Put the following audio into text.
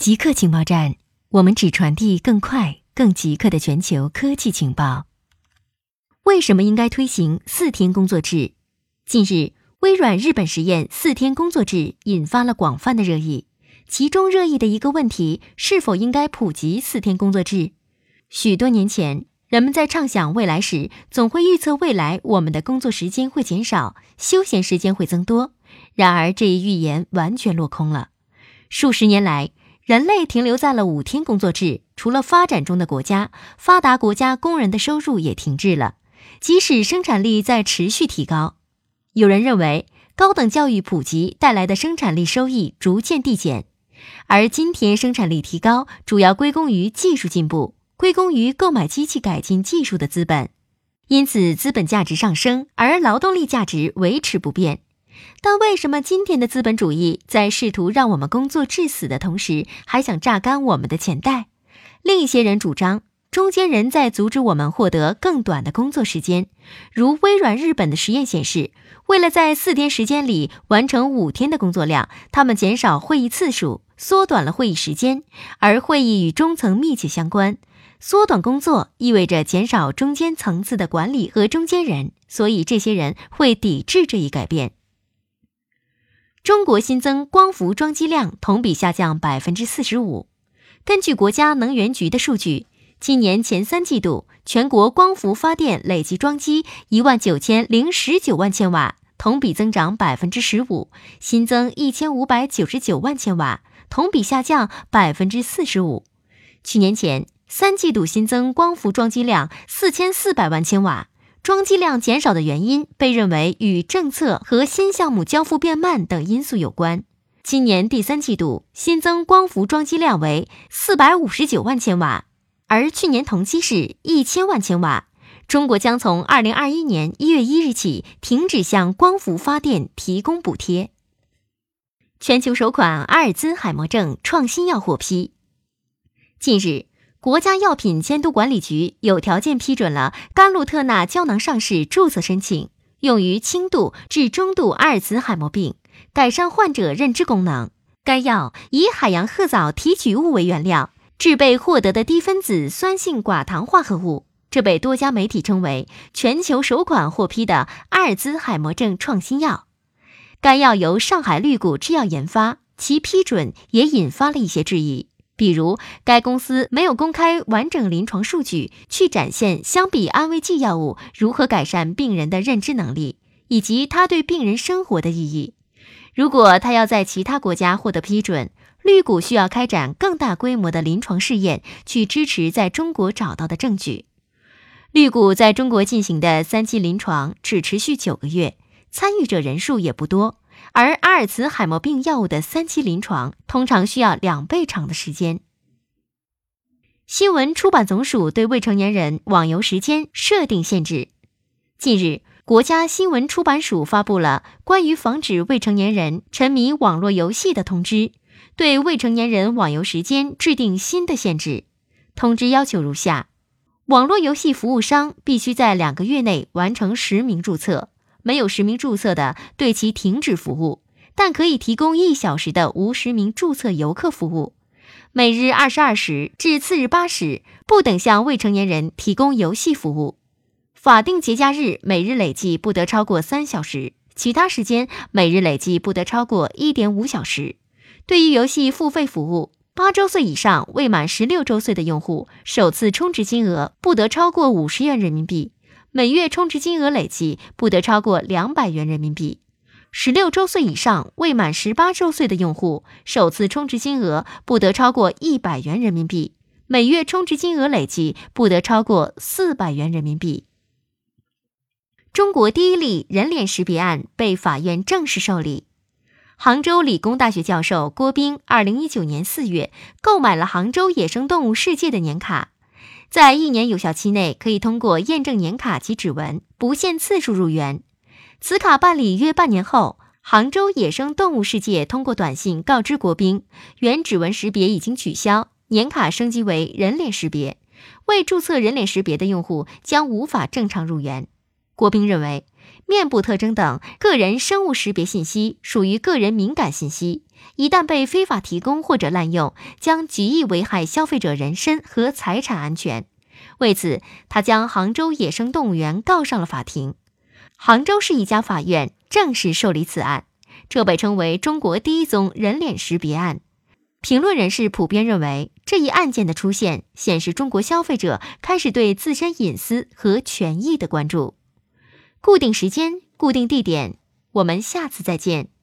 极客情报站，我们只传递更快、更极客的全球科技情报。为什么应该推行4天工作制？近日，微软日本实验4天工作制引发了广泛的热议。其中热议的一个问题，是否应该普及4天工作制？许多年前，人们在畅想未来时，总会预测未来我们的工作时间会减少，休闲时间会增多。然而，这一预言完全落空了。数十年来，人类停留在了5天工作制，除了发展中的国家，发达国家工人的收入也停滞了，即使生产力在持续提高。有人认为，高等教育普及带来的生产力收益逐渐递减，而今天生产力提高主要归功于技术进步，归功于购买机器改进技术的资本。因此，资本价值上升，而劳动力价值维持不变。但为什么今天的资本主义在试图让我们工作致死的同时，还想榨干我们的钱袋？另一些人主张，中间人在阻止我们获得更短的工作时间。如微软日本的实验显示，为了在4天时间里完成5天的工作量，他们减少会议次数，缩短了会议时间，而会议与中层密切相关。缩短工作意味着减少中间层次的管理和中间人，所以这些人会抵制这一改变。中国新增光伏装机量同比下降 45%。根据国家能源局的数据，今年前3季度，全国光伏发电累计装机19019万千瓦，同比增长 15%， 新增1599万千瓦，同比下降 45%。去年前3季度新增光伏装机量4400万千瓦。装机量减少的原因被认为与政策和新项目交付变慢等因素有关。今年第3季度新增光伏装机量为459万千瓦，而去年同期是1000万千瓦。中国将从2021年1月1日起停止向光伏发电提供补贴。全球首款阿尔兹海默症创新药获批。近日，国家药品监督管理局有条件批准了甘露特钠胶囊上市注册申请，用于轻度至中度阿尔茨海默病，改善患者认知功能。该药以海洋褐藻提取物为原料，制备获得的低分子酸性寡糖化合物，这被多家媒体称为全球首款获批的阿尔兹海默症创新药。该药由上海绿谷制药研发，其批准也引发了一些质疑。比如，该公司没有公开完整临床数据，去展现相比安慰剂药物如何改善病人的认知能力，以及它对病人生活的意义。如果它要在其他国家获得批准，绿谷需要开展更大规模的临床试验，去支持在中国找到的证据。绿谷在中国进行的3期临床只持续9个月，参与者人数也不多。而阿尔茨海默病药物的3期临床通常需要2倍长的时间。新闻出版总署对未成年人网游时间设定限制。近日，国家新闻出版署发布了关于防止未成年人沉迷网络游戏的通知，对未成年人网游时间制定新的限制。通知要求如下：网络游戏服务商必须在2个月内完成实名注册，没有实名注册的，对其停止服务，但可以提供1小时的无实名注册游客服务。每日22时至次日8时，不等向未成年人提供游戏服务。法定节假日每日累计不得超过3小时，其他时间每日累计不得超过 1.5 小时。对于游戏付费服务，8周岁以上未满16周岁的用户，首次充值金额不得超过50元人民币。每月充值金额累计不得超过200元人民币。16周岁以上未满18周岁的用户，首次充值金额不得超过100元人民币。每月充值金额累计不得超过400元人民币。中国第一例人脸识别案被法院正式受理。杭州理工大学教授郭斌2019年4月购买了杭州野生动物世界的年卡。在1年有效期内，可以通过验证年卡及指纹，不限次数入园。此卡办理约半年后，杭州野生动物世界通过短信告知国宾，原指纹识别已经取消，年卡升级为人脸识别，未注册人脸识别的用户将无法正常入园。国宾认为， 面部特征等个人生物识别信息属于个人敏感信息，一旦被非法提供或者滥用，将极易危害消费者人身和财产安全。为此，他将杭州野生动物园告上了法庭。杭州市一家法院正式受理此案，这被称为中国第一宗人脸识别案。评论人士普遍认为，这一案件的出现显示中国消费者开始对自身隐私和权益的关注。固定时间，固定地点，我们下次再见。